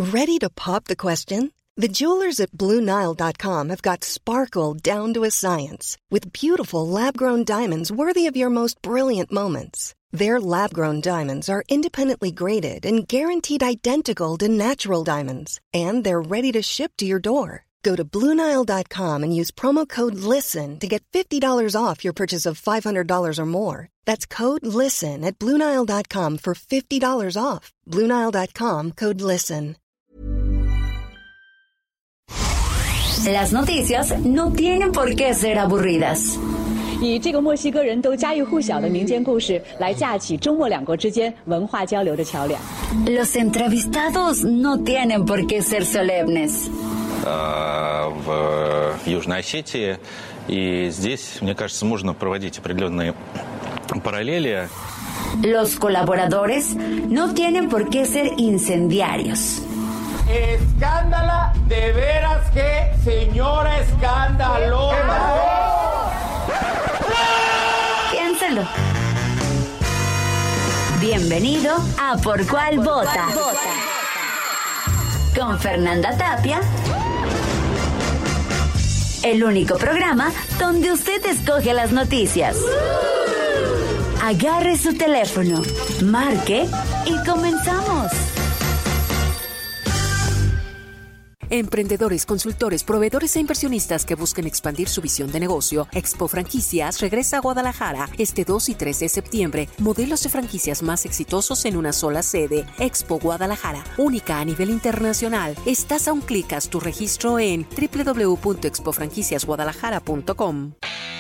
Ready to pop the question? The jewelers at BlueNile.com have got sparkle down to a science with beautiful lab-grown diamonds worthy of your most brilliant moments. Their lab-grown diamonds are independently graded and guaranteed identical to natural diamonds, and they're ready to ship to your door. Go to BlueNile.com and use promo code LISTEN to get $50 off your purchase of $500 or more. That's code LISTEN at BlueNile.com for $50 off. BlueNile.com, code LISTEN. Las noticias no tienen por qué ser aburridas. 以这个墨西哥人都家喻户晓的民间故事来架起中墨两国之间文化交流的桥梁。 Los entrevistados no tienen por qué ser solemnes. В Южной Осетии, и здесь, мне кажется, можно проводить определенные параллели. Los colaboradores no tienen por qué ser incendiarios. Escándala, de veras que señora escandalosa. Piénselo. Bienvenido a Por Cuál Vota. Con Fernanda Tapia. El único programa donde usted escoge las noticias. Agarre su teléfono, marque y comenzamos. Emprendedores, consultores, proveedores e inversionistas que busquen expandir su visión de negocio, Expo Franquicias regresa a Guadalajara este 2 y 3 de septiembre. Modelos de franquicias más exitosos en una sola sede. Expo Guadalajara, única a nivel internacional. Estás a un clic, haz tu registro en www.expofranquiciasguadalajara.com.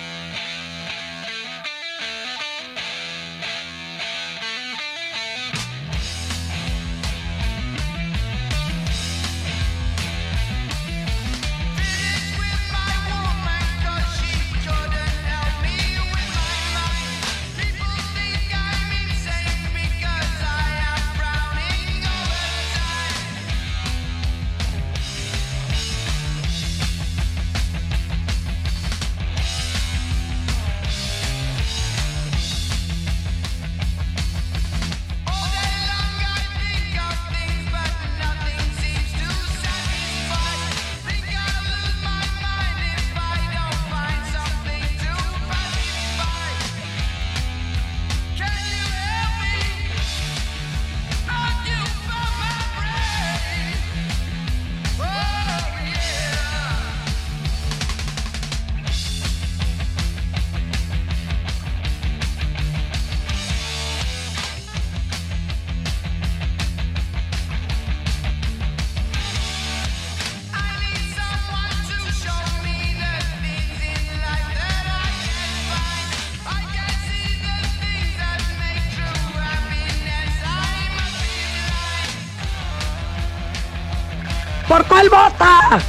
¿Por cuál vota?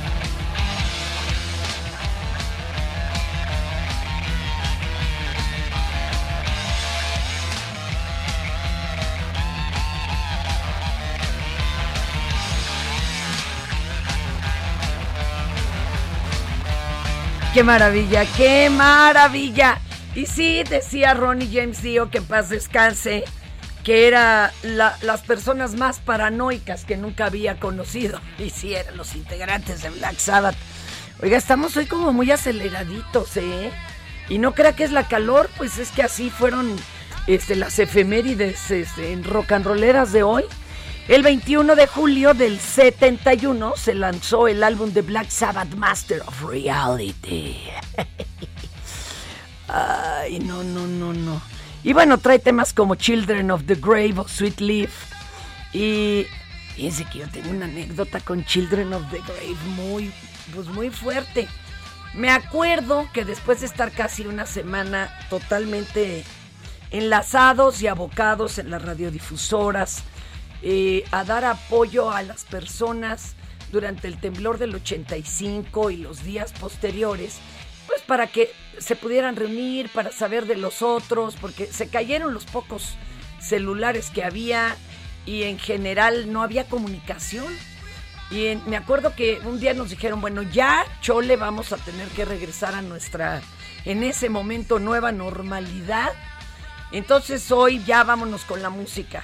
¡Qué maravilla, qué maravilla! Y sí, decía Ronnie James Dio, que en paz descanse, que era las personas más paranoicas que nunca había conocido. Y sí, eran los integrantes de Black Sabbath. Oiga, estamos hoy como muy aceleraditos, ¿eh? Y no crea que es la calor, pues es que así fueron las efemérides en rock and rolleras de hoy. El 21 de julio del 71 se lanzó el álbum de Black Sabbath, Master of Reality. Ay, no. Y bueno, trae temas como Children of the Grave o Sweet Leaf. Y fíjense que yo tengo una anécdota con Children of the Grave muy fuerte. Me acuerdo que después de estar casi una semana totalmente enlazados y abocados en las radiodifusoras, a dar apoyo a las personas durante el temblor del 85 y los días posteriores, pues para que se pudieran reunir, para saber de los otros, porque se cayeron los pocos celulares que había y en general no había comunicación. Y me acuerdo que un día nos dijeron, bueno, ya, chole, vamos a tener que regresar a nuestra, en ese momento, nueva normalidad. Entonces hoy ya vámonos con la música.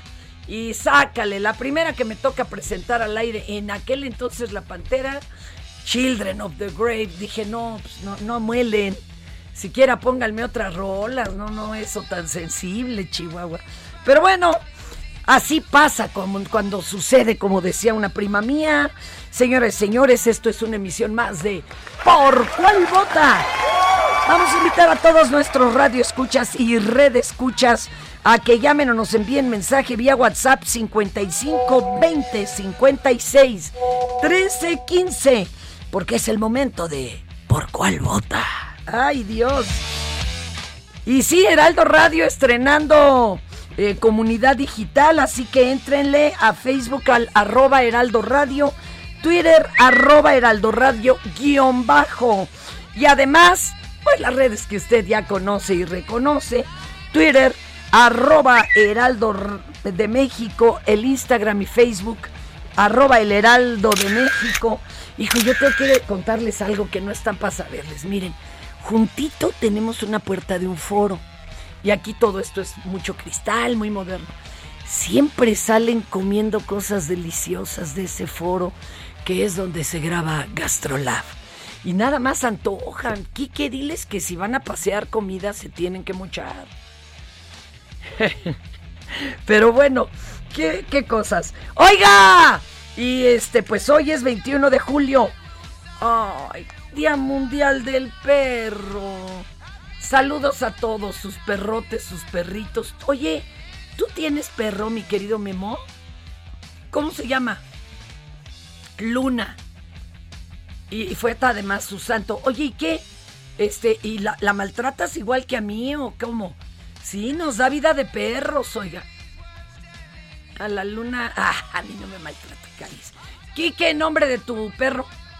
Y sácale, la primera que me toca presentar al aire, en aquel entonces La Pantera, Children of the Grave. Dije, no, pues no muelen. Siquiera pónganme otras rolas, no eso tan sensible, Chihuahua. Pero bueno, así pasa cuando sucede, como decía una prima mía. Señoras y señores, esto es una emisión más de ¿Por cuál vota? Vamos a invitar a todos nuestros radioescuchas y redescuchas a que llamen o nos envíen mensaje vía WhatsApp 55 20 56 13 15, porque es el momento de ¿Por cuál vota? ¡Ay, Dios! Y sí, Heraldo Radio estrenando comunidad digital, así que éntrenle a Facebook al @Heraldo Radio, Twitter @Heraldo Radio _ y además, pues las redes que usted ya conoce y reconoce, Twitter @Heraldo de México, el Instagram y Facebook @El Heraldo de México. Hijo, yo tengo que contarles algo que no están para saberles. Miren, juntito tenemos una puerta de un foro. Y aquí todo esto es mucho cristal, muy moderno. Siempre salen comiendo cosas deliciosas de ese foro, que es donde se graba GastroLab. Y nada más antojan. Quique, diles que si van a pasear comida se tienen que mochar. Pero bueno, ¿qué cosas? ¡Oiga! Y pues hoy es 21 de julio. ¡Ay! Día Mundial del Perro. Saludos a todos, sus perrotes, sus perritos. Oye, ¿tú tienes perro, mi querido Memo? ¿Cómo se llama? Luna. Y fue además su santo. Oye, ¿y qué? ¿Y la maltratas igual que a mí o cómo? Sí, nos da vida de perros, oiga. A la Luna... a mí no me maltrata, cállese. ¿Qué nombre de tu perro?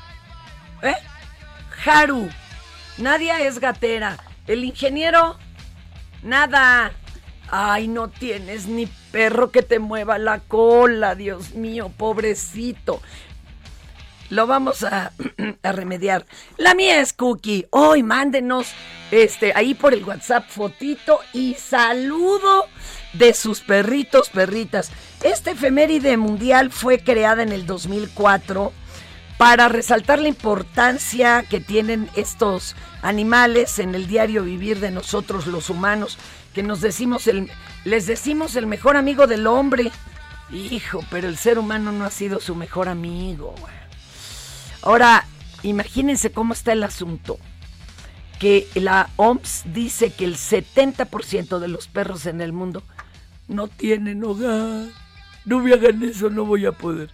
Haru. Nadia es gatera. El ingeniero, nada. Ay, no tienes ni perro que te mueva la cola, Dios mío, pobrecito. Lo vamos a remediar. La mía es Cookie. Hoy mándenos ahí por el WhatsApp fotito y saludo de sus perritos, perritas. Esta efeméride mundial fue creada en el 2004 para resaltar la importancia que tienen estos animales en el diario vivir de nosotros los humanos, que les decimos el mejor amigo del hombre. Hijo, pero el ser humano no ha sido su mejor amigo. Ahora, imagínense cómo está el asunto, que la OMS dice que el 70% de los perros en el mundo no tienen hogar. No me hagan eso, no voy a poder.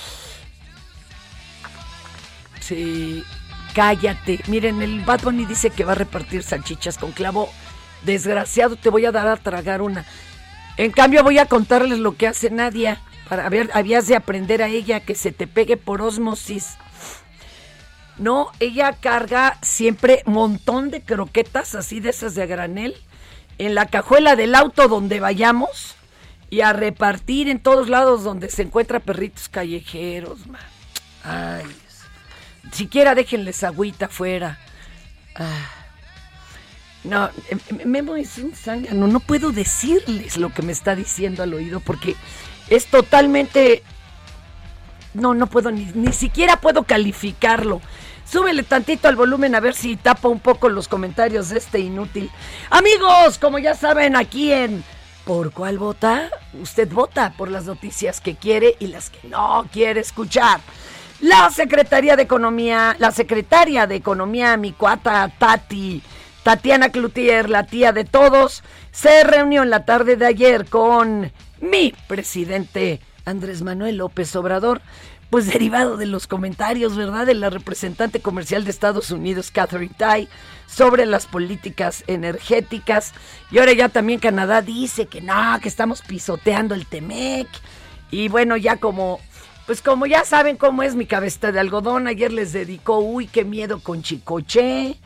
Sí, cállate. Miren, el Bad Bunny dice que va a repartir salchichas con clavo. Desgraciado, te voy a dar a tragar una. En cambio, voy a contarles lo que hace Nadia. Para ver, habías de aprender a ella que se te pegue por ósmosis. No, ella carga siempre montón de croquetas, así de esas de a granel, en la cajuela del auto donde vayamos y a repartir en todos lados donde se encuentra perritos callejeros, man. Ay, siquiera déjenles agüita afuera. No, Memo es un zángano, no puedo decirles lo que me está diciendo al oído porque es totalmente... No puedo, ni siquiera puedo calificarlo. Súbele tantito al volumen a ver si tapa un poco los comentarios de este inútil. Amigos, como ya saben, aquí en ¿Por cuál vota? Usted vota por las noticias que quiere y las que no quiere escuchar. La secretaria de Economía, mi cuata Tatiana Cloutier, la tía de todos, se reunió en la tarde de ayer con mi presidente Andrés Manuel López Obrador, pues derivado de los comentarios, ¿verdad?, de la representante comercial de Estados Unidos, Catherine Tai, sobre las políticas energéticas. Y ahora ya también Canadá dice que no, que estamos pisoteando el TEMEC. Y bueno, ya como ya saben cómo es mi cabeza de algodón, ayer les dedicó, qué miedo con Chicoche.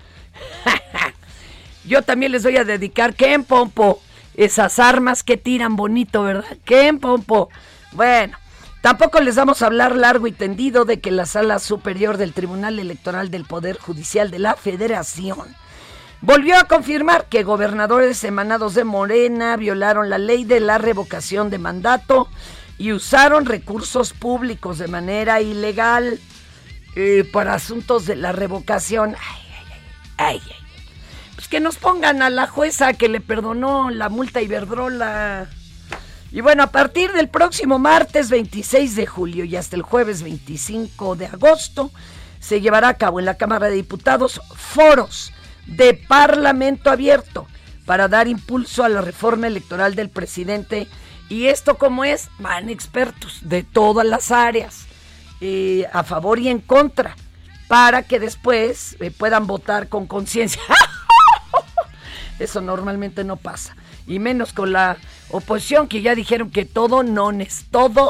Yo también les voy a dedicar, ¿qué en pompo? Esas armas que tiran bonito, ¿verdad? ¿Qué en pompo? Bueno, tampoco les vamos a hablar largo y tendido de que la Sala Superior del Tribunal Electoral del Poder Judicial de la Federación volvió a confirmar que gobernadores emanados de Morena violaron la ley de la revocación de mandato y usaron recursos públicos de manera ilegal para asuntos de la revocación. Ay. Pues que nos pongan a la jueza que le perdonó la multa a Iberdrola. Y bueno, a partir del próximo martes 26 de julio y hasta el jueves 25 de agosto, se llevará a cabo en la Cámara de Diputados foros de Parlamento abierto para dar impulso a la reforma electoral del presidente. Y esto, como es, van expertos de todas las áreas, a favor y en contra, para que después puedan votar con conciencia. Eso normalmente no pasa, y menos con la oposición, que ya dijeron que todo nones.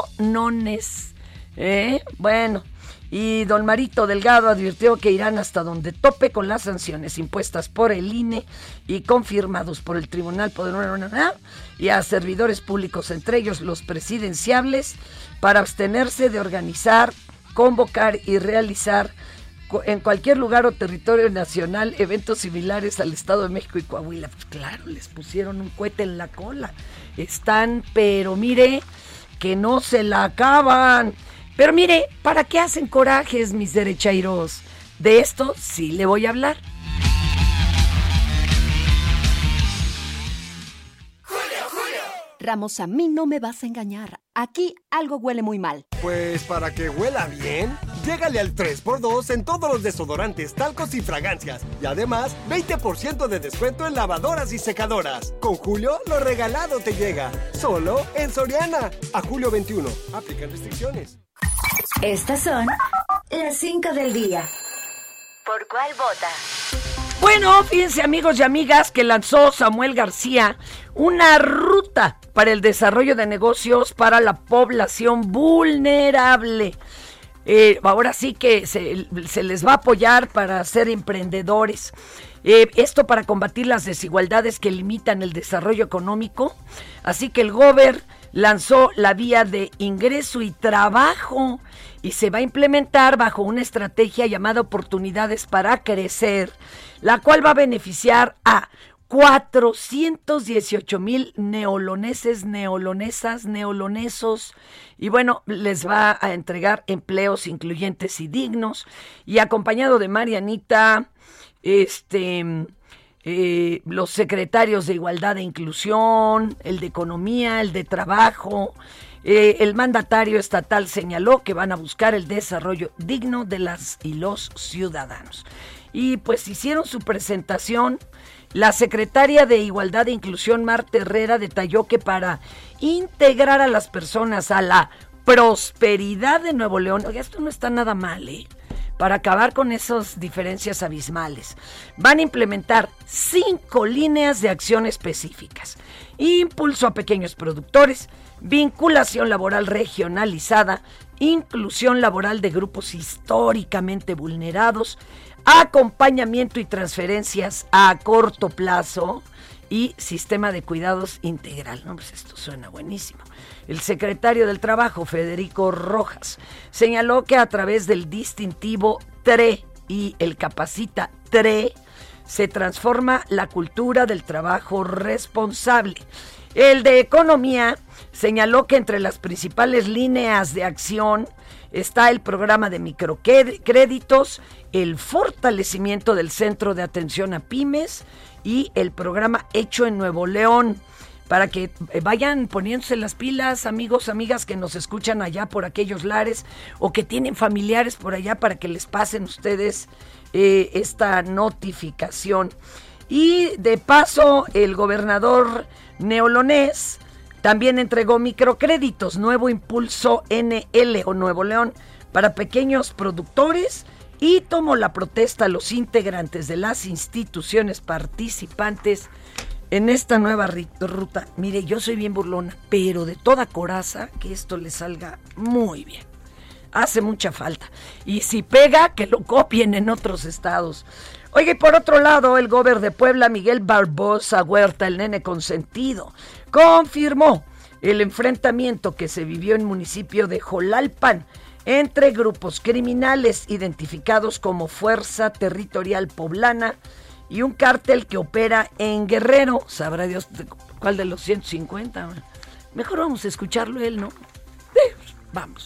Bueno, y don Marito Delgado advirtió que irán hasta donde tope con las sanciones impuestas por el INE y confirmados por el Tribunal Poderoso y a servidores públicos, entre ellos los presidenciables, para abstenerse de organizar, convocar y realizar en cualquier lugar o territorio nacional eventos similares al Estado de México y Coahuila. Pues claro, les pusieron un cohete en la cola. Están, pero mire, que no se la acaban. Pero mire, ¿para qué hacen corajes, mis derechairos? De esto sí le voy a hablar. Ramos, a mí no me vas a engañar. Aquí algo huele muy mal. Pues para que huela bien, llégale al 3x2 en todos los desodorantes, talcos y fragancias. Y además, 20% de descuento en lavadoras y secadoras. Con Julio, lo regalado te llega. Solo en Soriana. A julio 21. Aplican restricciones. Estas son las 5 del día. ¿Por cuál vota? Bueno, fíjense, amigos y amigas, que lanzó Samuel García una ruta para el desarrollo de negocios para la población vulnerable. Ahora sí que se les va a apoyar para ser emprendedores. Esto para combatir las desigualdades que limitan el desarrollo económico. Así que el Gober lanzó la vía de ingreso y trabajo y se va a implementar bajo una estrategia llamada Oportunidades para Crecer, la cual va a beneficiar a 418,000 neoloneses, neolonesos, y bueno, les va a entregar empleos incluyentes y dignos, y acompañado de Marianita, los secretarios de Igualdad e Inclusión, el de Economía, el de Trabajo. El mandatario estatal señaló que van a buscar el desarrollo digno de las y los ciudadanos. Y pues hicieron su presentación. La secretaria de Igualdad e Inclusión, Marta Herrera, detalló que para integrar a las personas a la prosperidad de Nuevo León, oiga, esto no está nada mal, para acabar con esas diferencias abismales, van a implementar 5 líneas de acción específicas: impulso a pequeños productores, vinculación laboral regionalizada, inclusión laboral de grupos históricamente vulnerados, acompañamiento y transferencias a corto plazo y sistema de cuidados integral. No, pues esto suena buenísimo. El secretario del Trabajo, Federico Rojas, señaló que a través del distintivo TRE y el Capacita TRE se transforma la cultura del trabajo responsable. El de Economía señaló que entre las principales líneas de acción está el programa de microcréditos, el fortalecimiento del Centro de Atención a Pymes y el programa Hecho en Nuevo León, para que vayan poniéndose las pilas, amigos, amigas que nos escuchan allá por aquellos lares o que tienen familiares por allá, para que les pasen ustedes esta notificación. Y de paso, el gobernador neolonés también entregó microcréditos, Nuevo Impulso NL o Nuevo León, para pequeños productores, y tomó la protesta a los integrantes de las instituciones participantes en esta nueva ruta. Mire, yo soy bien burlona, pero de toda coraza que esto le salga muy bien. Hace mucha falta. Y si pega, que lo copien en otros estados. Oiga, y por otro lado, el gobernador de Puebla, Miguel Barbosa Huerta, el nene consentido, confirmó el enfrentamiento que se vivió en el municipio de Jolalpan entre grupos criminales identificados como Fuerza Territorial Poblana y un cártel que opera en Guerrero. Sabrá Dios cuál de los 150. Mejor vamos a escucharlo él, ¿no? Vamos.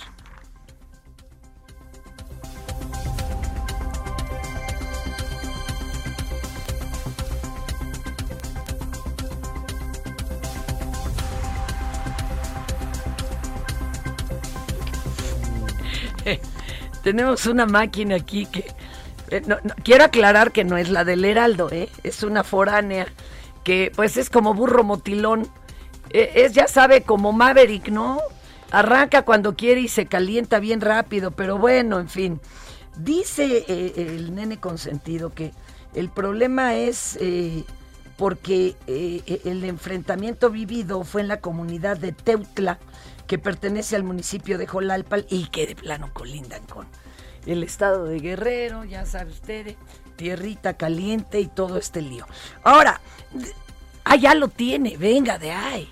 Tenemos una máquina aquí que... quiero aclarar que no es la del Heraldo, es una foránea que pues es como burro motilón. Es, ya sabe, como Maverick, ¿no? Arranca cuando quiere y se calienta bien rápido, pero bueno, en fin. Dice el nene consentido que el problema es porque el enfrentamiento vivido fue en la comunidad de Teutla, que pertenece al municipio de Jolalpal y que de plano colindan con el estado de Guerrero, ya sabe usted, tierrita caliente y todo este lío. Ahora, ya lo tiene, venga de ahí.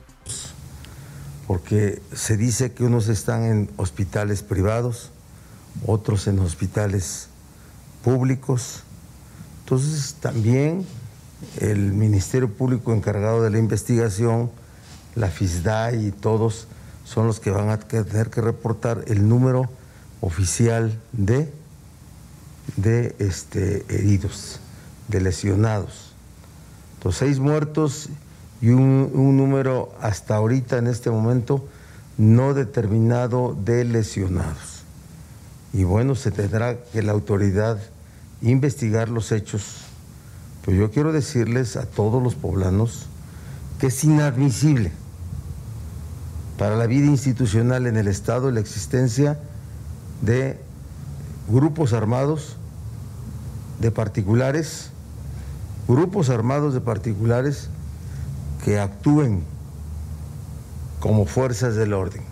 Porque se dice que unos están en hospitales privados, otros en hospitales públicos. Entonces también el Ministerio Público encargado de la investigación, la FISDAI y todos son los que van a tener que reportar el número oficial de heridos, de lesionados. Entonces 6 muertos y un número hasta ahorita en este momento no determinado de lesionados. Y bueno, se tendrá que la autoridad investigar los hechos. Pero yo quiero decirles a todos los poblanos que es inadmisible para la vida institucional en el Estado la existencia de grupos armados de particulares, que actúen como fuerzas del orden.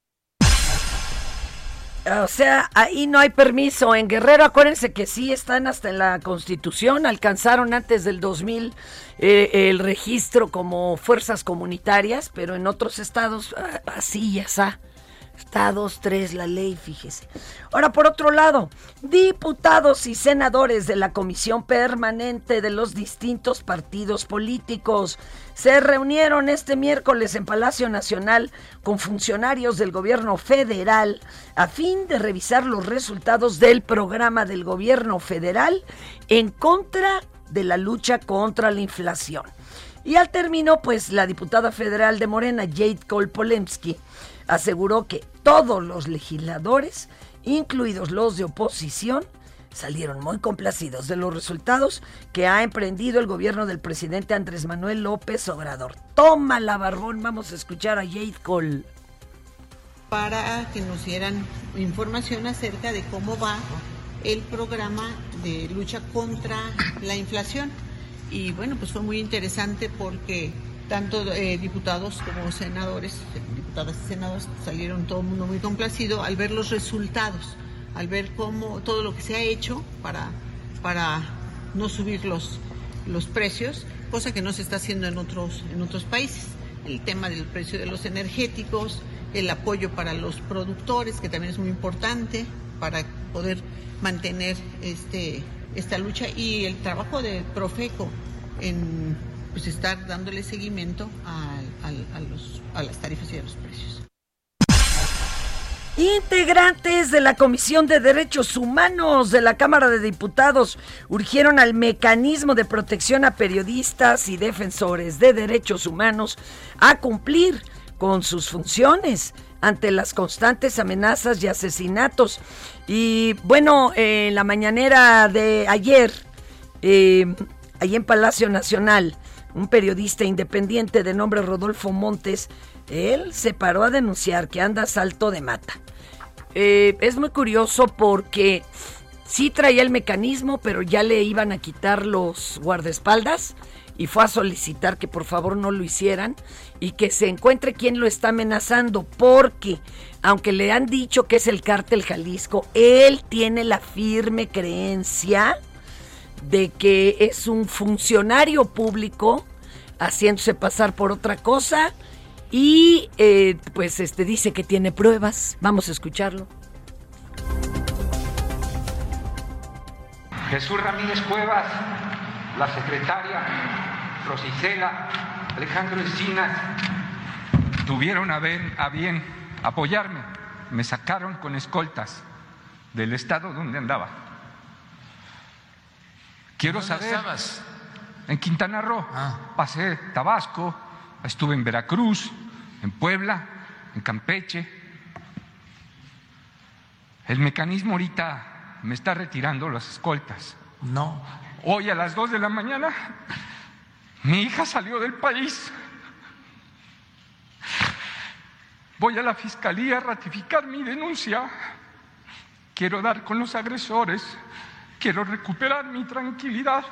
O sea, ahí no hay permiso. En Guerrero, acuérdense que sí están hasta en la Constitución, alcanzaron antes del 2000 el registro como fuerzas comunitarias, pero en otros estados así ya está. Está 2-3 la ley, fíjese. Ahora, por otro lado, diputados y senadores de la Comisión Permanente de los distintos partidos políticos se reunieron este miércoles en Palacio Nacional con funcionarios del gobierno federal a fin de revisar los resultados del programa del gobierno federal en contra de la lucha contra la inflación. Y al término, pues, la diputada federal de Morena, Jade Kolpolemsky, aseguró que todos los legisladores, incluidos los de oposición, salieron muy complacidos de los resultados que ha emprendido el gobierno del presidente Andrés Manuel López Obrador. Tómala, Barbón, vamos a escuchar a Jade Col. Para que nos dieran información acerca de cómo va el programa de lucha contra la inflación. Y bueno, pues fue muy interesante porque tanto diputados como senadores, diputadas y senadores, salieron todo el mundo muy complacido al ver los resultados, al ver cómo todo lo que se ha hecho para no subir los precios, cosa que no se está haciendo en otros países. El tema del precio de los energéticos, el apoyo para los productores, que también es muy importante para poder mantener esta lucha, y el trabajo de Profeco en pues estar dándole seguimiento a las tarifas y a los precios. Integrantes de la Comisión de Derechos Humanos de la Cámara de Diputados urgieron al mecanismo de protección a periodistas y defensores de derechos humanos a cumplir con sus funciones ante las constantes amenazas y asesinatos. Y bueno, en la mañanera de ayer, allí en Palacio Nacional, un periodista independiente de nombre Rodolfo Montes, él se paró a denunciar que anda salto de mata. Es muy curioso porque sí traía el mecanismo, pero ya le iban a quitar los guardaespaldas y fue a solicitar que por favor no lo hicieran y que se encuentre quién lo está amenazando, porque aunque le han dicho que es el Cártel Jalisco, él tiene la firme creencia de que es un funcionario público haciéndose pasar por otra cosa y dice que tiene pruebas. Vamos a escucharlo. Jesús Ramírez Cuevas la secretaria Rosicela, Alejandro Encinas, tuvieron a bien apoyarme. Me sacaron con escoltas del estado donde andaba. Quiero saber. ¿Dónde estabas? En Quintana Roo. Pasé Tabasco, estuve en Veracruz, en Puebla, en Campeche. El mecanismo ahorita me está retirando las escoltas. No. Hoy a las 2 de la mañana, mi hija salió del país. Voy a la fiscalía a ratificar mi denuncia. Quiero dar con los agresores. Quiero recuperar mi tranquilidad.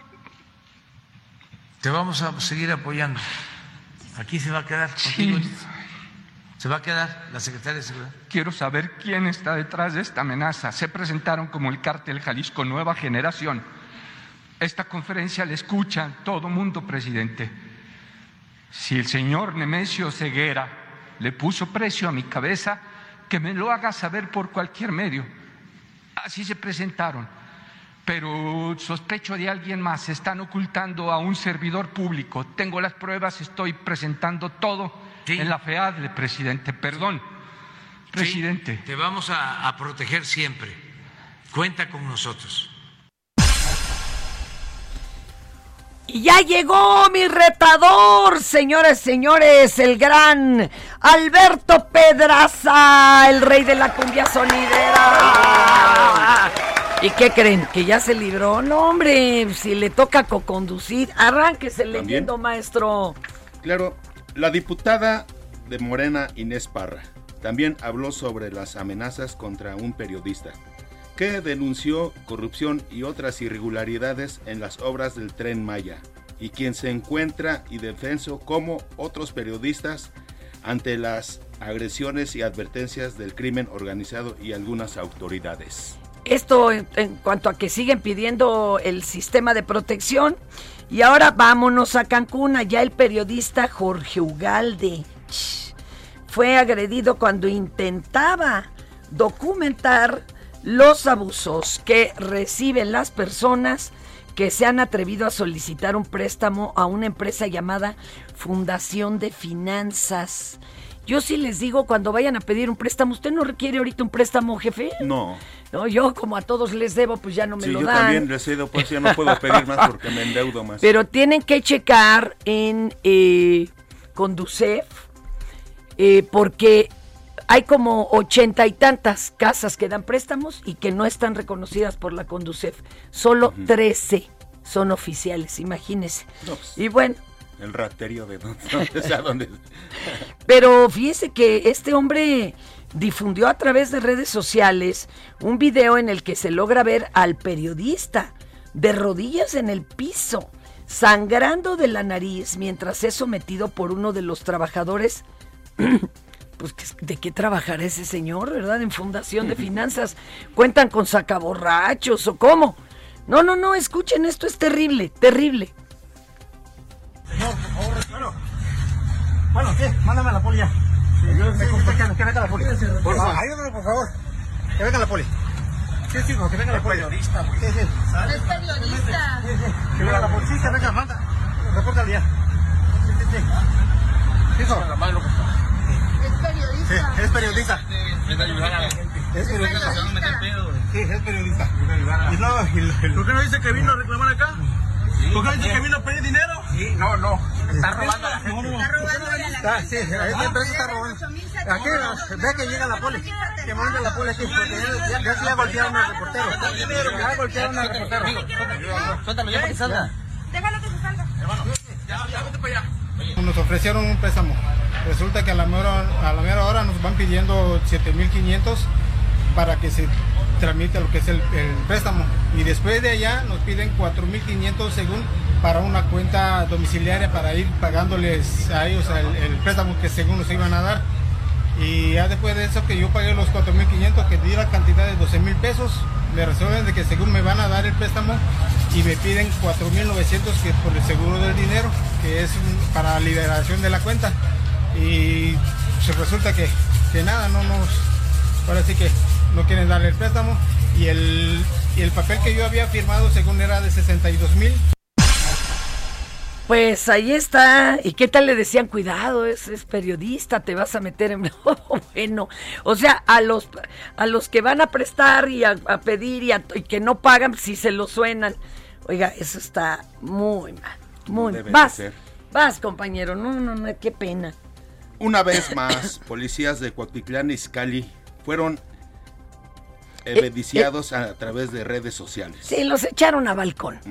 Te vamos a seguir apoyando. Aquí se va a quedar contigo. Sí. Se va a quedar la secretaria de Seguridad. Quiero saber quién está detrás de esta amenaza. Se presentaron como el Cártel Jalisco Nueva Generación. Esta conferencia la escucha todo mundo, presidente. Si el señor Nemesio Ceguera le puso precio a mi cabeza, que me lo haga saber por cualquier medio. Así se presentaron. Pero sospecho de alguien más. Están ocultando a un servidor público. Tengo las pruebas, estoy presentando todo en la FEADLE, presidente. Perdón, presidente. Sí, te vamos a proteger siempre. Cuenta con nosotros. Y ya llegó mi retador, señores, el gran Alberto Pedraza, el rey de la cumbia sonidera. ¿Y qué creen? ¿Que ya se libró? No, hombre, si le toca coconducir, arránquese leyendo, maestro. Claro, la diputada de Morena, Inés Parra, también habló sobre las amenazas contra un periodista que denunció corrupción y otras irregularidades en las obras del Tren Maya, y quien se encuentra indefenso como otros periodistas ante las agresiones y advertencias del crimen organizado y algunas autoridades. Esto en cuanto a que siguen pidiendo el sistema de protección. Y ahora vámonos a Cancún. Allá el periodista Jorge Ugalde fue agredido cuando intentaba documentar los abusos que reciben las personas que se han atrevido a solicitar un préstamo a una empresa llamada Fundación de Finanzas. Yo sí les digo, cuando vayan a pedir un préstamo, ¿usted no requiere ahorita un préstamo, jefe? No. No, yo como a todos les debo, pues ya no me lo dan. Sí, yo también les cedo, pues ya no puedo pedir más porque me endeudo más. Pero tienen que checar en Conducef, porque hay como 80 y tantas casas que dan préstamos y que no están reconocidas por la Conducef. Solo 13 son oficiales, imagínense. No, pues, y bueno. El raterío de dónde. Pero fíjese que este hombre difundió a través de redes sociales un video en el que se logra ver al periodista de rodillas en el piso, sangrando de la nariz mientras es sometido por uno de los trabajadores. Pues, ¿de qué trabajará ese señor, verdad? En Fundación de Finanzas. ¿Cuentan con sacaborrachos o cómo? No, escuchen, esto es terrible. Señor, por favor, bueno, ¿qué? Mándame a la poli ya. Que venga la poli. Por favor. Ayúdame, por favor. Que venga la poli. Sí, que venga la poli. Periodista. Sí. Es periodista. Sí. Que venga la policía, venga, manda. Repórtale ya. Sí. Eso. Es periodista. Sí, es periodista. Venga a ayudar a la gente. Es periodista. Sí, es periodista. ¿Por qué no dice que vino a reclamar acá? ¿Por qué dice que vino a pedir dinero? Sí, no. Está robando a la gente. Está robando a la gente. Sí, esta empresa está robando. Aquí, ve que llega la poli. Que manda la poli aquí. Porque ya golpearon al reportero. Ya golpearon al reportero. Suéltalo ya para que salga. Déjalo que se salga. Ya, vete para allá. Nos ofrecieron un préstamo. Resulta que a la mera hora nos van pidiendo 7,500 para que se tramite lo que es el préstamo, y después de allá nos piden 4,500 según para una cuenta domiciliaria para ir pagándoles a ellos el préstamo que según nos iban a dar. Y ya después de eso, que yo pagué los 4,500, que di la cantidad de 12,000 pesos, me resuelven de que según me van a dar el préstamo y me piden 4,900 que por el seguro del dinero, que es para liberación de la cuenta. Y se resulta que nada, ahora sí que no quieren darle el préstamo, y el papel que yo había firmado según era de 62,000. Pues ahí está. ¿Y qué tal le decían? Cuidado, es periodista, te vas a meter en... Bueno, o sea, a los que van a prestar y a pedir y que no pagan, si se lo suenan. Oiga, eso está muy mal, muy mal. Vas, compañero, no, qué pena. Una vez más, policías de Cuautitlán Izcalli fueron evidenciados a través de redes sociales. Sí, los echaron a balcón,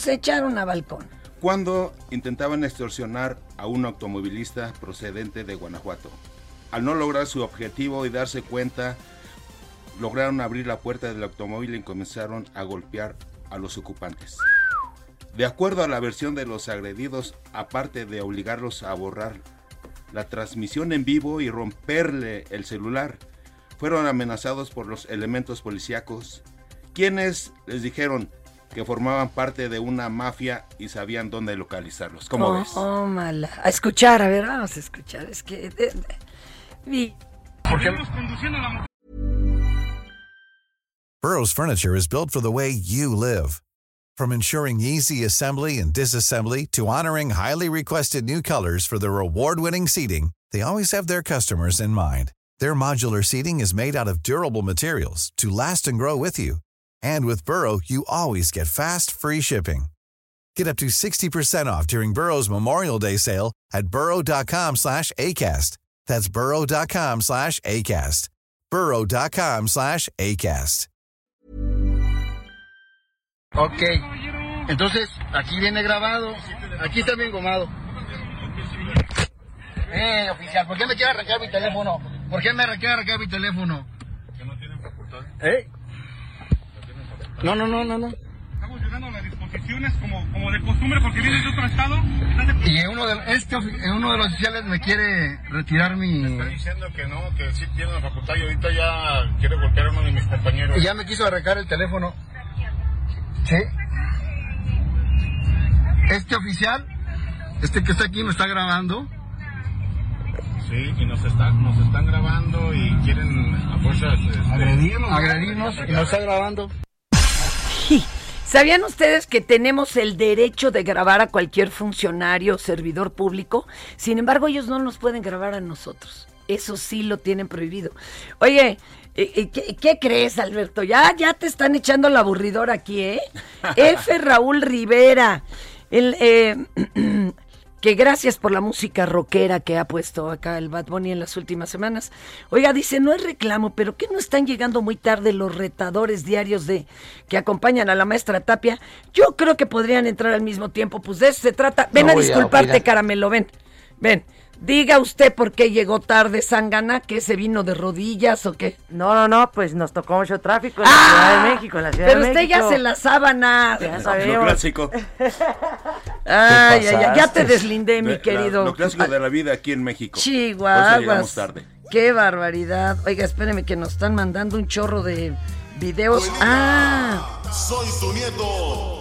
Cuando intentaban extorsionar a un automovilista procedente de Guanajuato. Al no lograr su objetivo y darse cuenta, lograron abrir la puerta del automóvil y comenzaron a golpear a los ocupantes. De acuerdo a la versión de los agredidos, aparte de obligarlos a borrar la transmisión en vivo y romperle el celular, fueron amenazados por los elementos policíacos, quienes les dijeron que formaban parte de una mafia y sabían dónde localizarlos. ¿Cómo ves? Mala. A escuchar, a ver, vamos a escuchar. Es que... ¿Por qué? Burrow's furniture is built for the way you live. From ensuring easy assembly and disassembly to honoring highly requested new colors for their award-winning seating, they always have their customers in mind. Their modular seating is made out of durable materials to last and grow with you. And with Burrow, you always get fast, free shipping. Get up to 60% off during Burrow's Memorial Day sale at burrow.com/ACAST. That's burrow.com/ACAST. burrow.com/ACAST. Ok, entonces aquí viene grabado, aquí está bien gomado. Oficial, ¿por qué me quiere arrancar mi teléfono? ¿Por qué me quiere arrancar mi teléfono? ¿Que no tienen facultad? No. Estamos llegando a las disposiciones como de costumbre porque vienes de otro estado. Y uno de los oficiales me quiere retirar mi... Me está diciendo que no, que sí tiene la facultad y ahorita ya quiere golpear a uno de mis compañeros. Y ya me quiso arrancar el teléfono. Sí. Este oficial, que está aquí me está grabando. Sí, y nos están grabando y quieren a fuerza agredirnos y nos está grabando. ¿Sabían ustedes que tenemos el derecho de grabar a cualquier funcionario o servidor público? Sin embargo, ellos no nos pueden grabar a nosotros. Eso sí lo tienen prohibido. Oye, ¿qué crees, Alberto? Ya te están echando la aburridora aquí, ¿eh? F. Raúl Rivera, que gracias por la música rockera que ha puesto acá el Bad Bunny en las últimas semanas. Oiga, dice, no es reclamo, pero ¿qué no están llegando muy tarde los retadores diarios que acompañan a la maestra Tapia? Yo creo que podrían entrar al mismo tiempo, pues de eso se trata. Ven a disculparte, Caramelo, ven. Diga usted por qué llegó tarde, Zángana, que se vino de rodillas o qué. No, pues nos tocó mucho tráfico en la Ciudad de México, Pero usted ya se las sábanas. Ya sabemos. Lo clásico. Ya te deslindé, mi querido. Lo clásico de la vida aquí en México. Chihuahuas. Llegamos tarde. Qué barbaridad. Oiga, espéreme que nos están mandando un chorro de videos. Soy su nieto.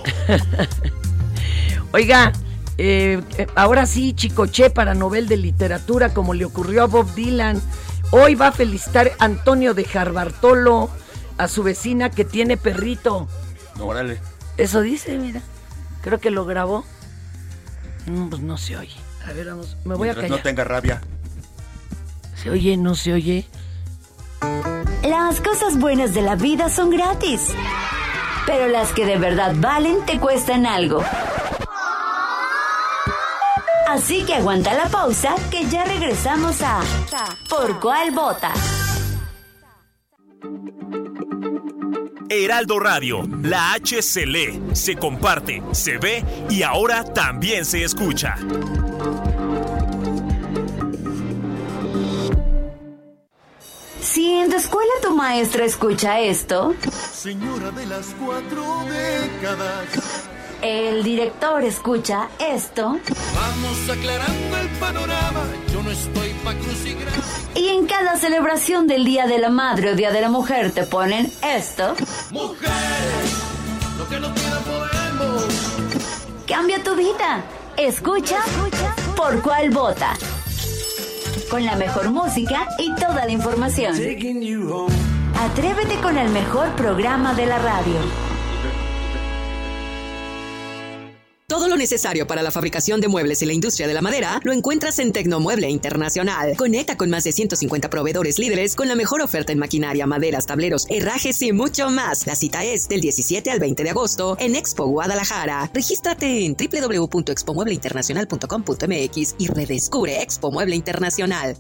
Oiga, ahora sí, Chicoche para Nobel de Literatura, como le ocurrió a Bob Dylan. Hoy va a felicitar Antonio de Jarbartolo a su vecina que tiene perrito. Órale. Eso dice, mira. Creo que lo grabó. Pues no se oye. A ver, vamos. Me voy a callar. No tenga rabia. ¿Se oye? ¿No se oye? Las cosas buenas de la vida son gratis. Pero las que de verdad valen te cuestan algo. Así que aguanta la pausa, que ya regresamos a ¿Por cuál vota? Heraldo Radio, la H se lee, se comparte, se ve y ahora también se escucha. Si en tu escuela tu maestra escucha esto... Señora de las 4 décadas... El director escucha esto. Vamos aclarando el panorama, yo no estoy pa' crucigramas. Y en cada celebración del Día de la Madre o Día de la Mujer te ponen esto. Mujeres, lo que no quieran podemos. Cambia tu vida. Escucha ¿Por cuál vota? Con la mejor música y toda la información. Atrévete con el mejor programa de la radio. Todo lo necesario para la fabricación de muebles y la industria de la madera lo encuentras en Tecnomueble Internacional. Conecta con más de 150 proveedores líderes con la mejor oferta en maquinaria, maderas, tableros, herrajes y mucho más. La cita es del 17 al 20 de agosto en Expo Guadalajara. Regístrate en www.expomuebleinternacional.com.mx y redescubre Expo Mueble Internacional.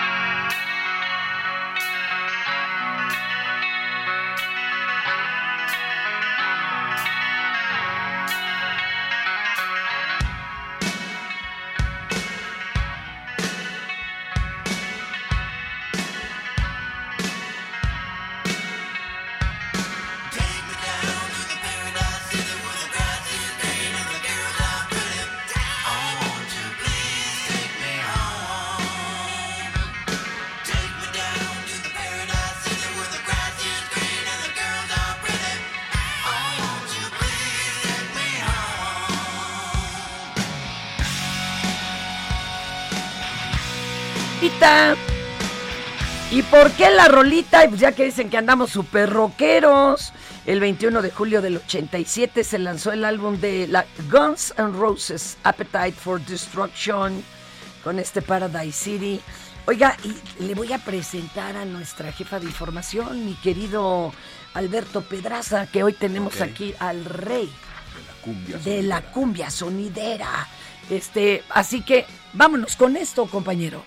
¿Y por qué la rolita? Pues ya que dicen que andamos súper rockeros. El 21 de julio del 87 se lanzó el álbum de la Guns N' Roses, Appetite for Destruction, con este Paradise City. Oiga, y le voy a presentar a nuestra jefa de información, mi querido Alberto Pedraza, que hoy tenemos aquí al rey de la cumbia sonidera. Así que vámonos con esto, compañero.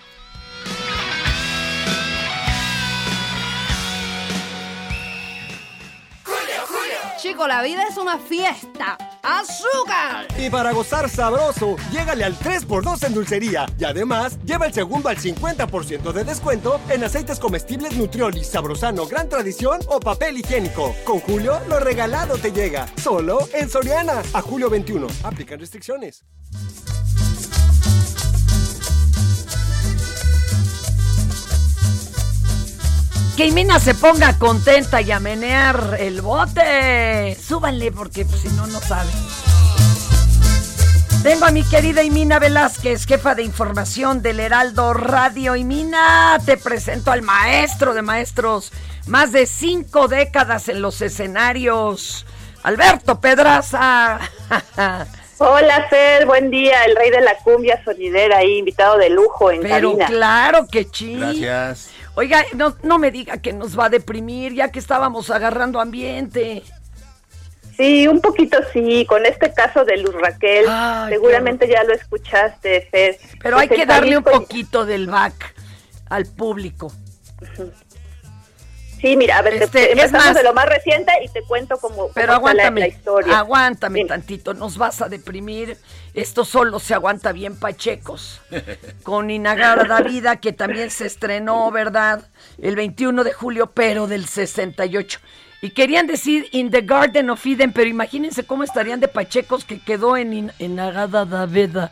Chico, la vida es una fiesta. ¡Azúcar! Y para gozar sabroso, llégale al 3x2 en dulcería. Y además, lleva el segundo al 50% de descuento en aceites comestibles Nutriolis, Sabrosano, Gran Tradición o papel higiénico. Con Julio, lo regalado te llega. Solo en Soriana. A julio 21. Aplican restricciones. Que Imina se ponga contenta y a menear el bote. Súbanle porque si no, no sabe. Tengo a mi querida Imina Velázquez, jefa de información del Heraldo Radio. Imina, te presento al maestro de maestros. Más de 5 décadas en los escenarios. Alberto Pedraza. Hola, Fer, buen día. El rey de la cumbia sonidera ahí, invitado de lujo en cabina. Pero claro que sí. Gracias. Oiga, no me diga que nos va a deprimir, ya que estábamos agarrando ambiente. Sí, un poquito sí, con este caso de Luz Raquel. Ay, seguramente ya lo escuchaste, Fer. Pero hay que darle un poquito del back al público. Uh-huh. Sí, mira, a ver, empezamos de lo más reciente y te cuento cómo aguántame, la historia. Aguántame tantito, nos vas a deprimir. Esto solo se aguanta bien pachecos. Con Inagada Vida, que también se estrenó, ¿verdad? El 21 de julio, pero del 68. Y querían decir In the Garden of Eden, pero imagínense cómo estarían de pachecos que quedó en Inagada Vida.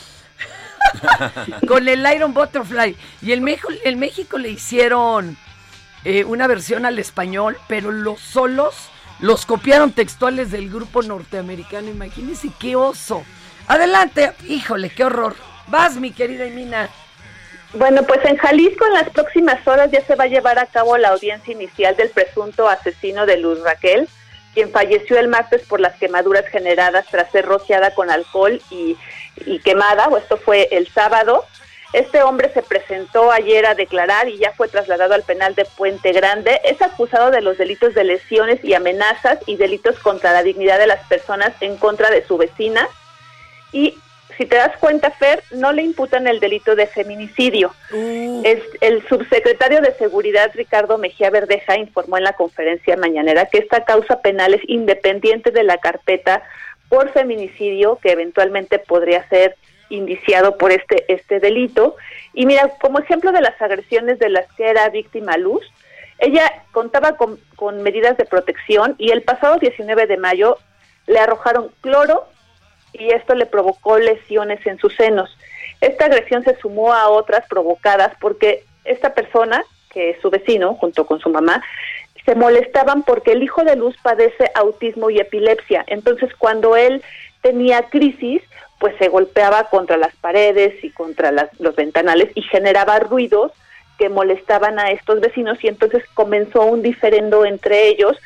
Con el Iron Butterfly. Y en México le hicieron una versión al español, pero los solos los copiaron textuales del grupo norteamericano. Imagínense qué oso. Adelante, híjole, qué horror. Vas, mi querida Imina. Bueno, pues en Jalisco en las próximas horas ya se va a llevar a cabo la audiencia inicial del presunto asesino de Luz Raquel, quien falleció el martes por las quemaduras generadas tras ser rociada con alcohol y quemada, o esto fue el sábado. Este hombre se presentó ayer a declarar y ya fue trasladado al penal de Puente Grande. Es acusado de los delitos de lesiones y amenazas y delitos contra la dignidad de las personas en contra de su vecina. Y si te das cuenta, Fer, no le imputan el delito de feminicidio. El subsecretario de Seguridad, Ricardo Mejía Verdeja, informó en la conferencia mañanera que esta causa penal es independiente de la carpeta por feminicidio que eventualmente podría ser indiciado por este delito. Y mira, como ejemplo de las agresiones de las que era víctima Luz, ella contaba con medidas de protección y el pasado 19 de mayo le arrojaron cloro y esto le provocó lesiones en sus senos. Esta agresión se sumó a otras provocadas porque esta persona, que es su vecino, junto con su mamá, se molestaban porque el hijo de Luz padece autismo y epilepsia. Entonces, cuando él tenía crisis, pues se golpeaba contra las paredes y contra los ventanales y generaba ruidos que molestaban a estos vecinos y entonces comenzó un diferendo entre ellos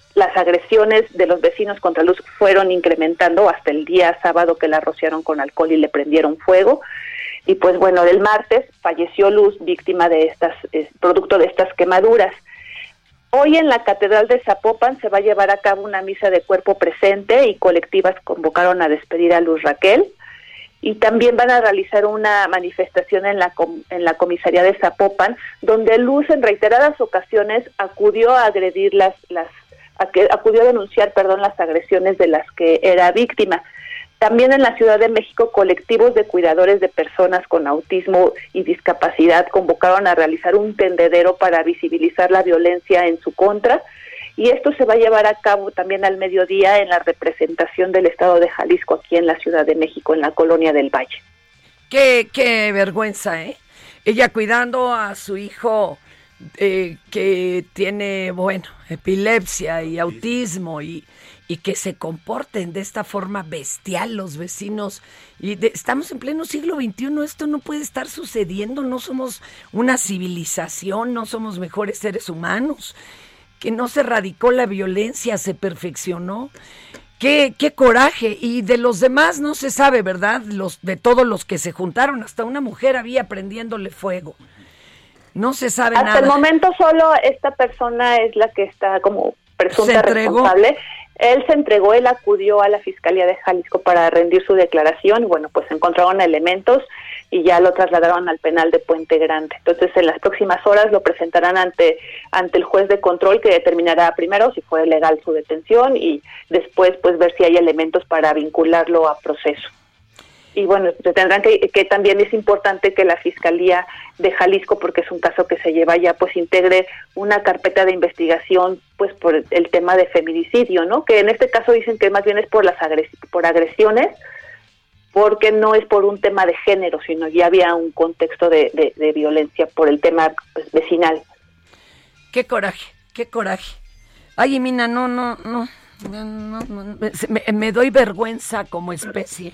las agresiones de los vecinos contra Luz fueron incrementando hasta el día sábado, que la rociaron con alcohol y le prendieron fuego. Y pues bueno, el martes falleció Luz, víctima de estas, producto de estas quemaduras. Hoy en la Catedral de Zapopan se va a llevar a cabo una misa de cuerpo presente y colectivas convocaron a despedir a Luz Raquel. Y también van a realizar una manifestación en la comisaría de Zapopan, donde Luz en reiteradas ocasiones acudió a agredir acudió a denunciar, las agresiones de las que era víctima. También en la Ciudad de México, colectivos de cuidadores de personas con autismo y discapacidad convocaron a realizar un tendedero para visibilizar la violencia en su contra, y esto se va a llevar a cabo también al mediodía en la representación del Estado de Jalisco aquí en la Ciudad de México, en la Colonia del Valle. Qué vergüenza, ¿eh? Ella cuidando a su hijo que tiene, epilepsia y autismo y que se comporten de esta forma bestial los vecinos. Estamos en pleno siglo XXI, esto no puede estar sucediendo, no somos una civilización, no somos mejores seres humanos, que no se erradicó la violencia, se perfeccionó. ¡Qué coraje! Y de los demás no se sabe, ¿verdad? De todos los que se juntaron, hasta una mujer había prendiéndole fuego. No se sabe nada. Hasta el momento solo esta persona es la que está como presunta responsable. Él se entregó, él acudió a la Fiscalía de Jalisco para rendir su declaración, y pues encontraron elementos y ya lo trasladaron al penal de Puente Grande. Entonces en las próximas horas lo presentarán ante el juez de control, que determinará primero si fue legal su detención y después ver si hay elementos para vincularlo a proceso. Y se tendrán que también es importante que la Fiscalía de Jalisco, porque es un caso que se lleva ya, integre una carpeta de investigación, por el tema de feminicidio, ¿no? Que en este caso dicen que más bien es por por agresiones, porque no es por un tema de género, sino ya había un contexto de violencia por el tema vecinal. Qué coraje. Ay, Mina, no. Me doy vergüenza como especie.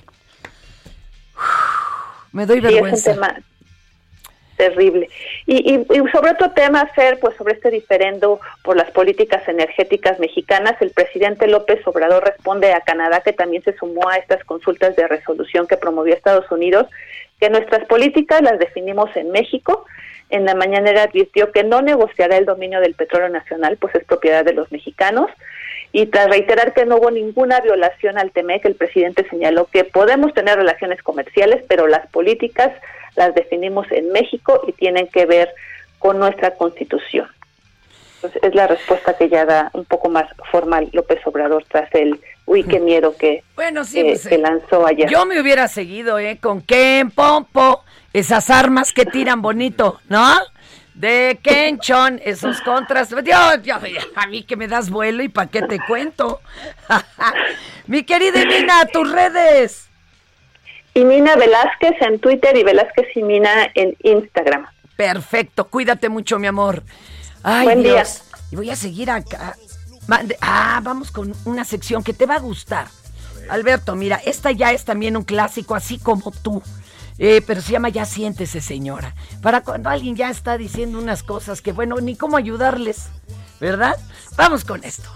Me doy vergüenza. Sí, es un tema terrible. Y sobre otro tema, Fer, sobre este diferendo por las políticas energéticas mexicanas, el presidente López Obrador responde a Canadá, que también se sumó a estas consultas de resolución que promovió Estados Unidos, que nuestras políticas las definimos en México. En la mañanera advirtió que no negociará el dominio del petróleo nacional, es propiedad de los mexicanos. Y tras reiterar que no hubo ninguna violación al TEMEC, el presidente señaló que podemos tener relaciones comerciales, pero las políticas las definimos en México y tienen que ver con nuestra Constitución. Entonces es la respuesta que ya da un poco más formal López Obrador tras el qué miedo que lanzó ayer. Yo me hubiera seguido con Ken Pompo, esas armas que tiran bonito, ¿no? De Kenchon, esos contras. Yo, a mí que me das vuelo y pa' qué te cuento. Mi querida Mina, tus redes. Y Mina Velázquez en Twitter y Velázquez y Mina en Instagram. Perfecto, cuídate mucho, mi amor. Ay, buen Dios. Día. Y voy a seguir acá. Vamos con una sección que te va a gustar. Alberto, mira, esta ya es también un clásico, así como tú. Pero se llama Ya siéntese, señora. Para cuando alguien ya está diciendo unas cosas que, ni cómo ayudarles, ¿verdad? Vamos con esto.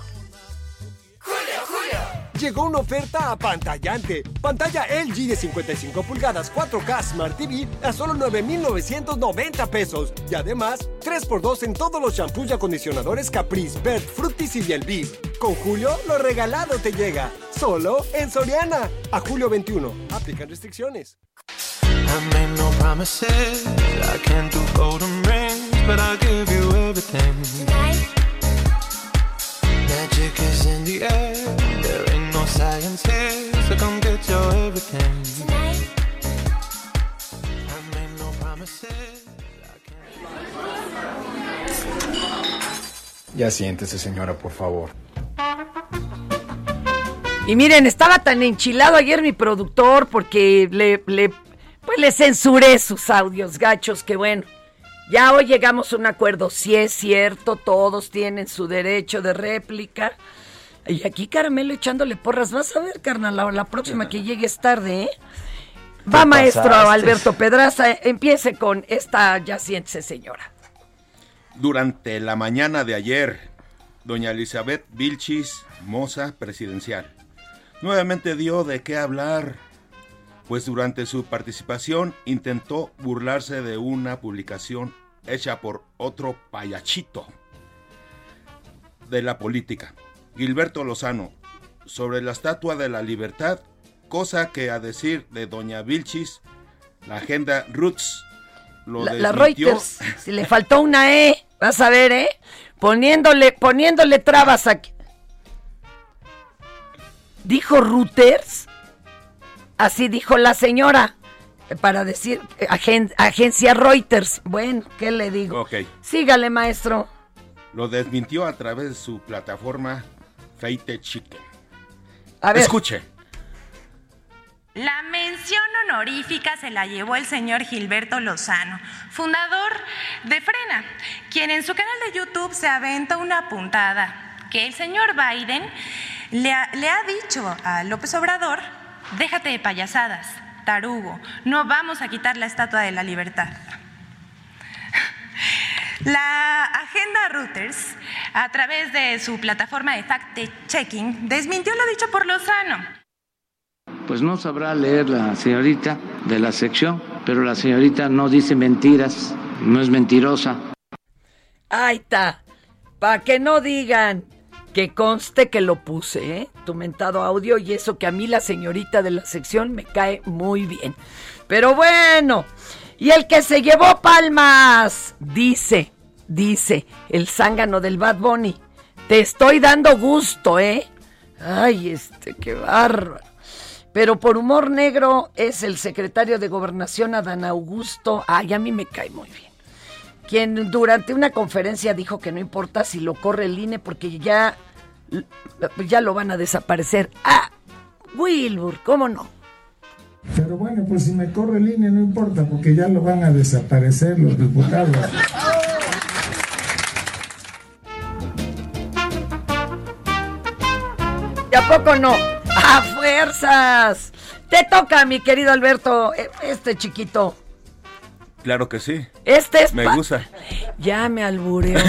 Llegó una oferta apantallante. Pantalla LG de 55 pulgadas 4K Smart TV a solo 9,990 pesos. Y además, 3x2 en todos los shampoos y acondicionadores Caprice, Vert, Fructis y Yelviz. Con Julio, lo regalado te llega. Solo en Soriana. A julio 21. Aplican restricciones. I made no promises, I can't do golden rings, but I'll give you everything. Tonight. Magic is in the air, there ain't no science here, so come get your everything. Tonight. I made no promises, Ya siéntese, señora, por favor. Y miren, estaba tan enchilado ayer mi productor porque le censuré sus audios gachos, que ya hoy llegamos a un acuerdo. Si es cierto, todos tienen su derecho de réplica. Y aquí Caramelo echándole porras. Vas a ver, carnal, la próxima que llegues tarde, ¿eh? Va, maestro Alberto Pedraza, empiece con esta Ya siéntese, señora. Durante la mañana de ayer, doña Elizabeth Vilchis Moza, presidencial. Nuevamente dio de qué hablar, pues durante su participación intentó burlarse de una publicación hecha por otro payachito de la política, Gilberto Lozano, sobre la Estatua de la Libertad, cosa que, a decir de doña Vilchis, la agenda Roots lo desmintió. La Reuters, si le faltó una E, vas a ver, poniéndole trabas aquí. ¿Dijo Reuters? Así dijo la señora, para decir agencia Reuters. Bueno, ¿qué le digo? Ok. Sígale, maestro. Lo desmintió a través de su plataforma Feite Chicken. A ver. Escuche. La mención honorífica se la llevó el señor Gilberto Lozano, fundador de Frena, quien en su canal de YouTube se aventa una puntada que el señor Biden le ha dicho a López Obrador: déjate de payasadas, tarugo, no vamos a quitar la Estatua de la Libertad. La agenda Reuters, a través de su plataforma de fact-checking, desmintió lo dicho por Lozano. Pues no sabrá leer la señorita de la sección, pero la señorita no dice mentiras, no es mentirosa. Ahí está, para que no digan, que conste que lo puse, tu mentado audio, y eso que a mí la señorita de la sección me cae muy bien. Pero bueno, y el que se llevó palmas, dice el zángano del Bad Bunny: te estoy dando gusto, Ay, qué bárbaro. Pero por humor negro es el secretario de Gobernación, Adán Augusto. Ay, a mí me cae muy bien. Quien durante una conferencia dijo que no importa si lo corre el INE porque ya lo van a desaparecer. Wilbur, ¿cómo no? Pero bueno, pues si me corre el INE no importa porque ya lo van a desaparecer los diputados. ¿Y a poco no? ¡A fuerzas! Te toca, mi querido Alberto, chiquito. Claro que sí. Me gusta. Ya me albureó.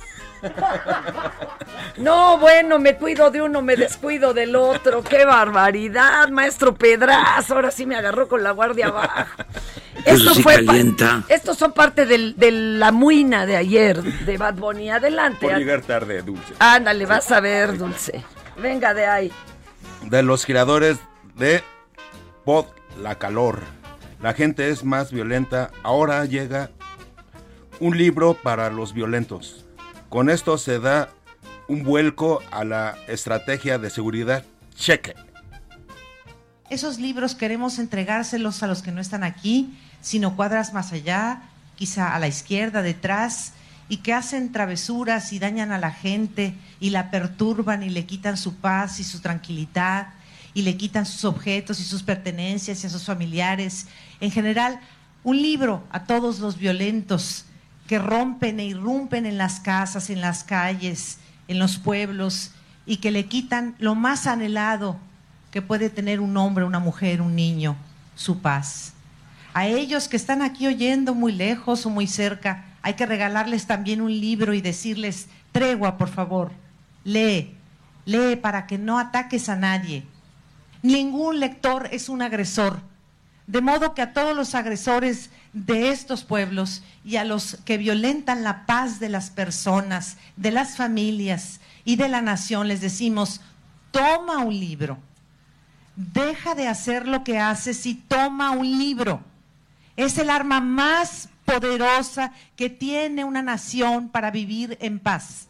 No, bueno, me cuido de uno, me descuido del otro. ¡Qué barbaridad, maestro Pedraza! Ahora sí me agarró con la guardia abajo. Esto sí calienta. Estos son parte de la muina de ayer de Bad Bunny. Adelante. Por llegar tarde, Dulce. Ándale, vas a ver, Dulce. Venga de ahí. De los creadores de Pod La Calor, la gente es más violenta. Ahora llega un libro para los violentos. Con esto se da un vuelco a la estrategia de seguridad. Cheque. Esos libros queremos entregárselos a los que no están aquí, sino cuadras más allá, quizá a la izquierda, detrás, y que hacen travesuras y dañan a la gente y la perturban y le quitan su paz y su tranquilidad y le quitan sus objetos y sus pertenencias y a sus familiares. En general, un libro a todos los violentos que rompen e irrumpen en las casas, en las calles, en los pueblos y que le quitan lo más anhelado que puede tener un hombre, una mujer, un niño, su paz. A ellos que están aquí oyendo muy lejos o muy cerca, hay que regalarles también un libro y decirles: tregua, por favor, lee para que no ataques a nadie. Ningún lector es un agresor, de modo que a todos los agresores de estos pueblos y a los que violentan la paz de las personas, de las familias y de la nación, les decimos: toma un libro, deja de hacer lo que haces y toma un libro. Es el arma más poderosa que tiene una nación para vivir en paz.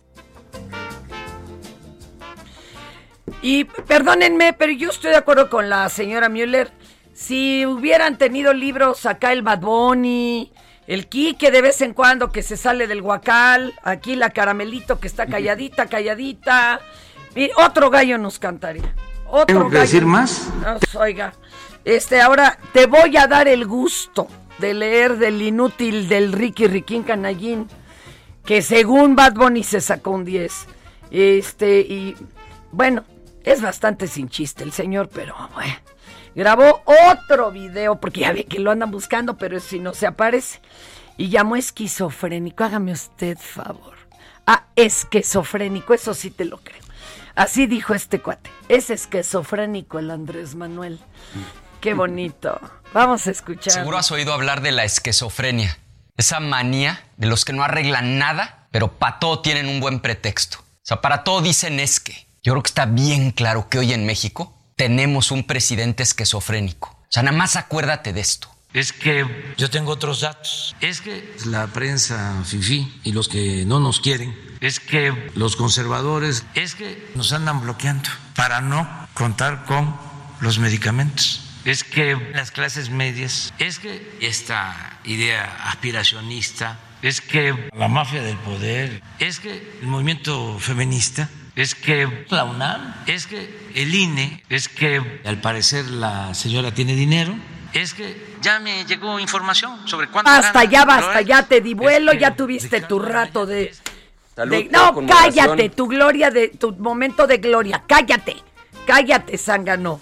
Y perdónenme, pero yo estoy de acuerdo con la señora Müller. Si hubieran tenido libros acá el Bad Bunny, el Quique de vez en cuando que se sale del guacal, aquí la Caramelito que está calladita. Mire, otro gallo nos cantaría. ¿Tengo que decir más? Oiga, ahora te voy a dar el gusto de leer del inútil del Ricky Riquín Canallín, que según Bad Bunny se sacó un 10. Y bueno, es bastante sin chiste el señor, pero bueno. Grabó otro video, porque ya ve que lo andan buscando, pero si no se aparece. Y llamó esquizofrénico. Hágame usted favor. esquizofrénico, eso sí te lo creo. Así dijo este cuate, es esquizofrénico el Andrés Manuel. Qué bonito. Vamos a escuchar. Seguro has oído hablar de la esquizofrenia, esa manía de los que no arreglan nada, pero para todo tienen un buen pretexto. O sea, para todo dicen es que. Yo creo que está bien claro que hoy en México tenemos un presidente esquizofrénico. O sea, nada más acuérdate de esto. Es que yo tengo otros datos. Es que la prensa fifí y los que no nos quieren, es que los conservadores, es que nos andan bloqueando para no contar con los medicamentos. Es que las clases medias, es que esta idea aspiracionista, es que la mafia del poder, es que el movimiento feminista, es que la UNAM, es que el INE, es que al parecer la señora tiene dinero, es que ya me llegó información sobre cuánto Basta, gana, ya te di vuelo, ya tuviste tu rato de... Salud, no, con cállate, moderación. tu gloria, tu momento de gloria, cállate, zángano.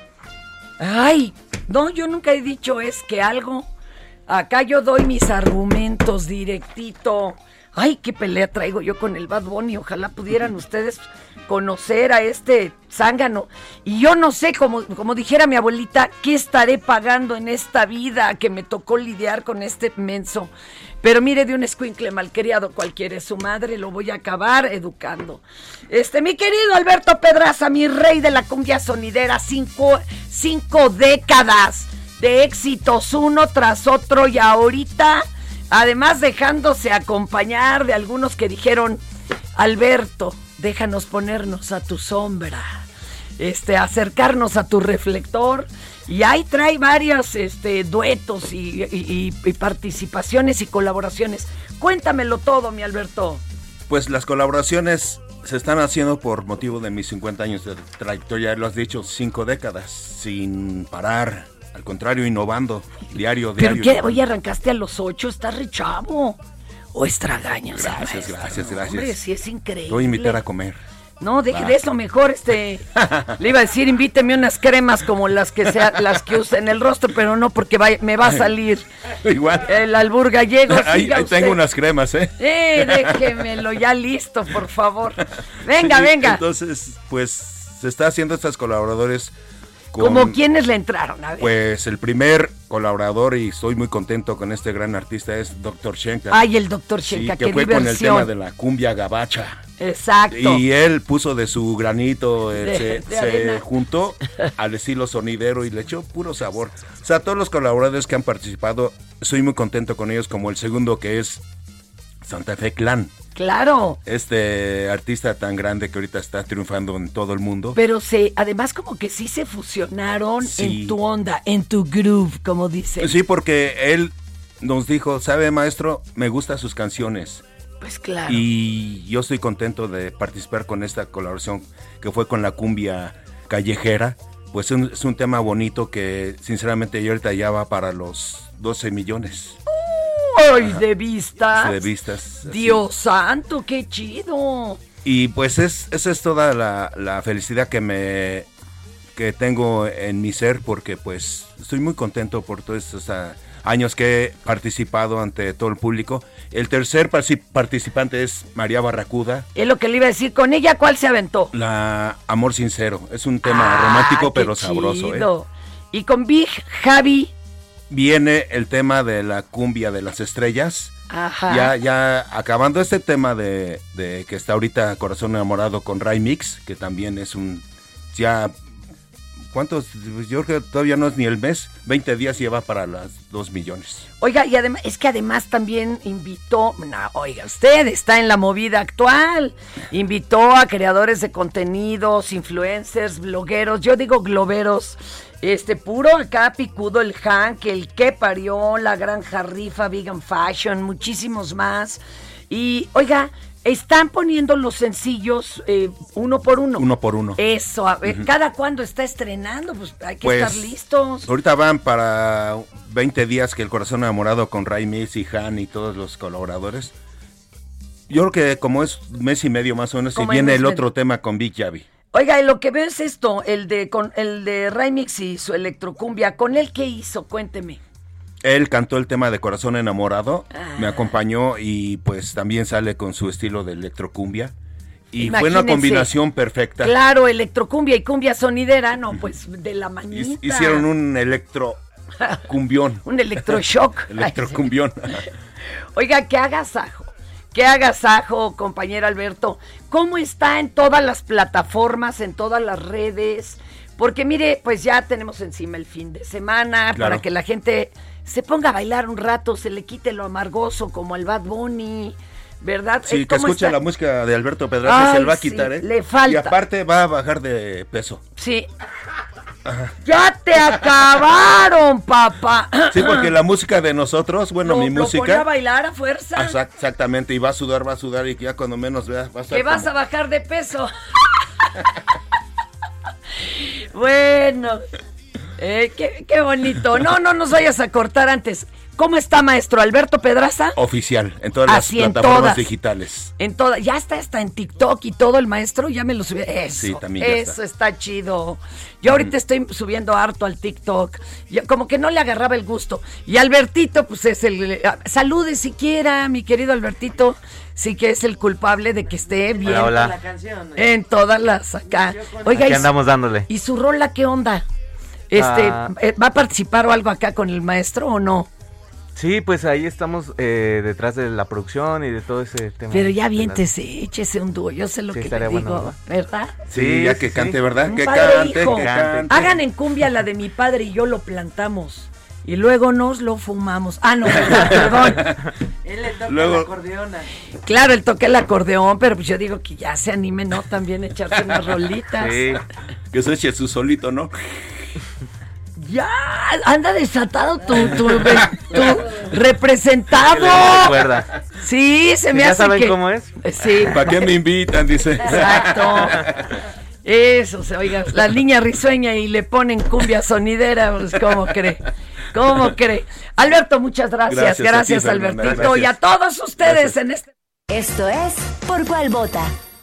Ay, no, yo nunca he dicho es que algo. Acá yo doy mis argumentos directito. Ay, qué pelea traigo yo con el Bad Bunny. Ojalá pudieran ustedes conocer a este zángano. Y yo no sé, como dijera mi abuelita, qué estaré pagando en esta vida que me tocó lidiar con este menso. Pero mire, de un escuincle malcriado cualquiera es su madre, lo voy a acabar educando. Mi querido Alberto Pedraza, mi rey de la cumbia sonidera, 5 décadas de éxitos, uno tras otro, y ahorita, además dejándose acompañar de algunos que dijeron, Alberto, déjanos ponernos a tu sombra, acercarnos a tu reflector, y ahí trae varios duetos y participaciones y colaboraciones. Cuéntamelo todo, mi Alberto. Pues las colaboraciones se están haciendo por motivo de mis 50 años de trayectoria, lo has dicho, 5 décadas, sin parar, al contrario, innovando, diario. ¿Pero qué? Oye, arrancaste a los 8, estás re chavo. O estragaños. Gracias. Hombre, sí es increíble. Te voy a invitar a comer. No, deje de eso mejor, le iba a decir, invíteme unas cremas como las que usa en el rostro, pero no, porque me va a salir igual el albur gallego. Ahí tengo unas cremas, déjemelo ya listo, por favor. Venga. Entonces, pues, se está haciendo estas colaboradores ¿Como quiénes le entraron? A ver. Pues el primer colaborador, y estoy muy contento con este gran artista, es Dr. Shenka. Ay, el Dr. Shenka, que fue con el tema de la cumbia gabacha. Exacto. Y él puso de su granito, se juntó al estilo sonidero y le echó puro sabor. O sea, todos los colaboradores que han participado, estoy muy contento con ellos, como el segundo, que es Santa Fe Clan. Claro. Este artista tan grande que ahorita está triunfando en todo el mundo. Pero además como que sí se fusionaron en tu onda, en tu groove, como dicen. Sí, porque él nos dijo, ¿sabe, maestro? Me gustan sus canciones. Pues claro. Y yo estoy contento de participar con esta colaboración que fue con la cumbia callejera. Pues es un tema bonito que sinceramente yo ahorita ya va para los 12 millones. ¡Ay, de vistas! De vistas. ¡Dios santo, qué chido! Y pues esa es toda la felicidad que tengo en mi ser, porque pues estoy muy contento por todos estos años que he participado ante todo el público. El tercer participante es María Barracuda. Es lo que le iba a decir, ¿con ella cuál se aventó? La Amor Sincero, es un tema romántico pero sabroso. Y con Big Javi viene el tema de la cumbia de las estrellas. Ajá. Ya acabando este tema de que está ahorita Corazón Enamorado con Ray Mix, que también es ¿cuántos? Yo creo que todavía no es ni el mes, 20 días lleva para las 2 millones. Oiga, y además también usted está en la movida actual, invitó a creadores de contenidos, influencers, blogueros, yo digo globeros, puro acá picudo, el Hank, el que parió, la Granja Rifa, Vegan Fashion, muchísimos más. Y oiga, están poniendo los sencillos uno por uno. Uno por uno. Eso, a ver, ¿cada cuándo está estrenando? Pues hay que estar listos. Ahorita van para 20 días que el Corazón Enamorado con Ray Mix y Han y todos los colaboradores. Yo creo que como es mes y medio más o menos, y viene el otro tema con Big Javi. Oiga, y lo que veo es esto, el de Ray Mix y su electrocumbia. ¿Con él qué hizo? Cuénteme. Él cantó el tema de Corazón Enamorado, me acompañó y pues también sale con su estilo de electrocumbia. Y Imagínense, fue una combinación perfecta. Claro, electrocumbia y cumbia sonidera, no, pues de la manita. Hicieron un electrocumbión. Un electroshock. Electrocumbión. Oiga, qué agasajo, compañero Alberto. ¿Cómo está en todas las plataformas, en todas las redes? Porque mire, pues ya tenemos encima el fin de semana, Claro. para que la gente se ponga a bailar un rato, se le quite lo amargoso como al Bad Bunny, ¿verdad? Sí, que ¿Cómo escuche está? la música de Alberto Pedraza, se le va a sí, quitar, ¿eh? le falta. Y aparte va a bajar de peso. Sí. ¡Ya te acabaron, papá! Sí, porque la música de nosotros, bueno, mi Lo ponía a música... bailar a fuerza. Exactamente, y va a sudar y ya cuando menos veas va a estar Que vas como- a bajar de peso. Bueno, qué bonito. No nos vayas a cortar antes. ¿Cómo está, maestro Alberto Pedraza? Oficial, en todas las Así, en plataformas todas. digitales. En todas, ya está en TikTok y todo el maestro, ya me lo subí. Eso, Sí, también ya eso está chido. Yo ahorita estoy subiendo harto al TikTok. Como que no le agarraba el gusto. Y Albertito, pues es el... Salude siquiera, mi querido Albertito. Sí que es el culpable de que esté bien. Hola. La canción. En todas las acá. Oiga, Aquí andamos dándole. ¿y su rola qué onda? ¿Va a participar o algo acá con el maestro o no? Sí, pues ahí estamos detrás de la producción y de todo ese tema. Pero ya viéntese, échese un dúo, yo sé lo Sí, que estaría le digo, bueno, ¿verdad? Sí, ya que cante, ¿verdad? Un Que padre cante, hijo. que cante. Hagan en cumbia la de mi padre y yo lo plantamos. Y luego nos lo fumamos. Ah, no, ¿verdad? Perdón. Él le toca Luego- la acordeona. Claro, él toca el acordeón, pero pues yo digo que ya se anime, ¿no? También echarse unas rolitas. Sí, que se eche su solito, ¿no? Ya, anda desatado tu representado. ¿Qué le recuerda? Sí, se me ¿Ya hace saben que... cómo es? Sí. ¿Para qué me invitan? Dice. Exacto. Eso, oiga, la niña risueña y le ponen cumbia sonidera, pues ¿cómo cree? ¿Cómo cree? Alberto, muchas gracias. Gracias a ti, Fernanda, Albertito. gracias. Y a todos ustedes Gracias. en este... Esto es Por Cuál Vota.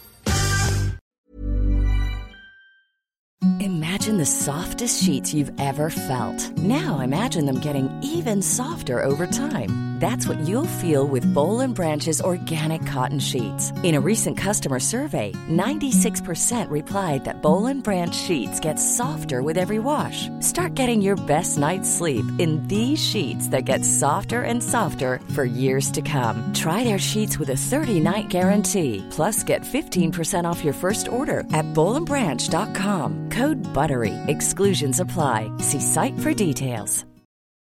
Imagine the softest sheets you've ever felt. Now imagine them getting even softer over time. That's what you'll feel with Boll & Branch's organic cotton sheets. In a recent customer survey, 96% replied that Boll & Branch sheets get softer with every wash. Start getting your best night's sleep in these sheets that get softer and softer for years to come. Try their sheets with a 30-night guarantee. Plus, get 15% off your first order at bollandbranch.com. Code BUTTERY. Exclusions apply. See site for details.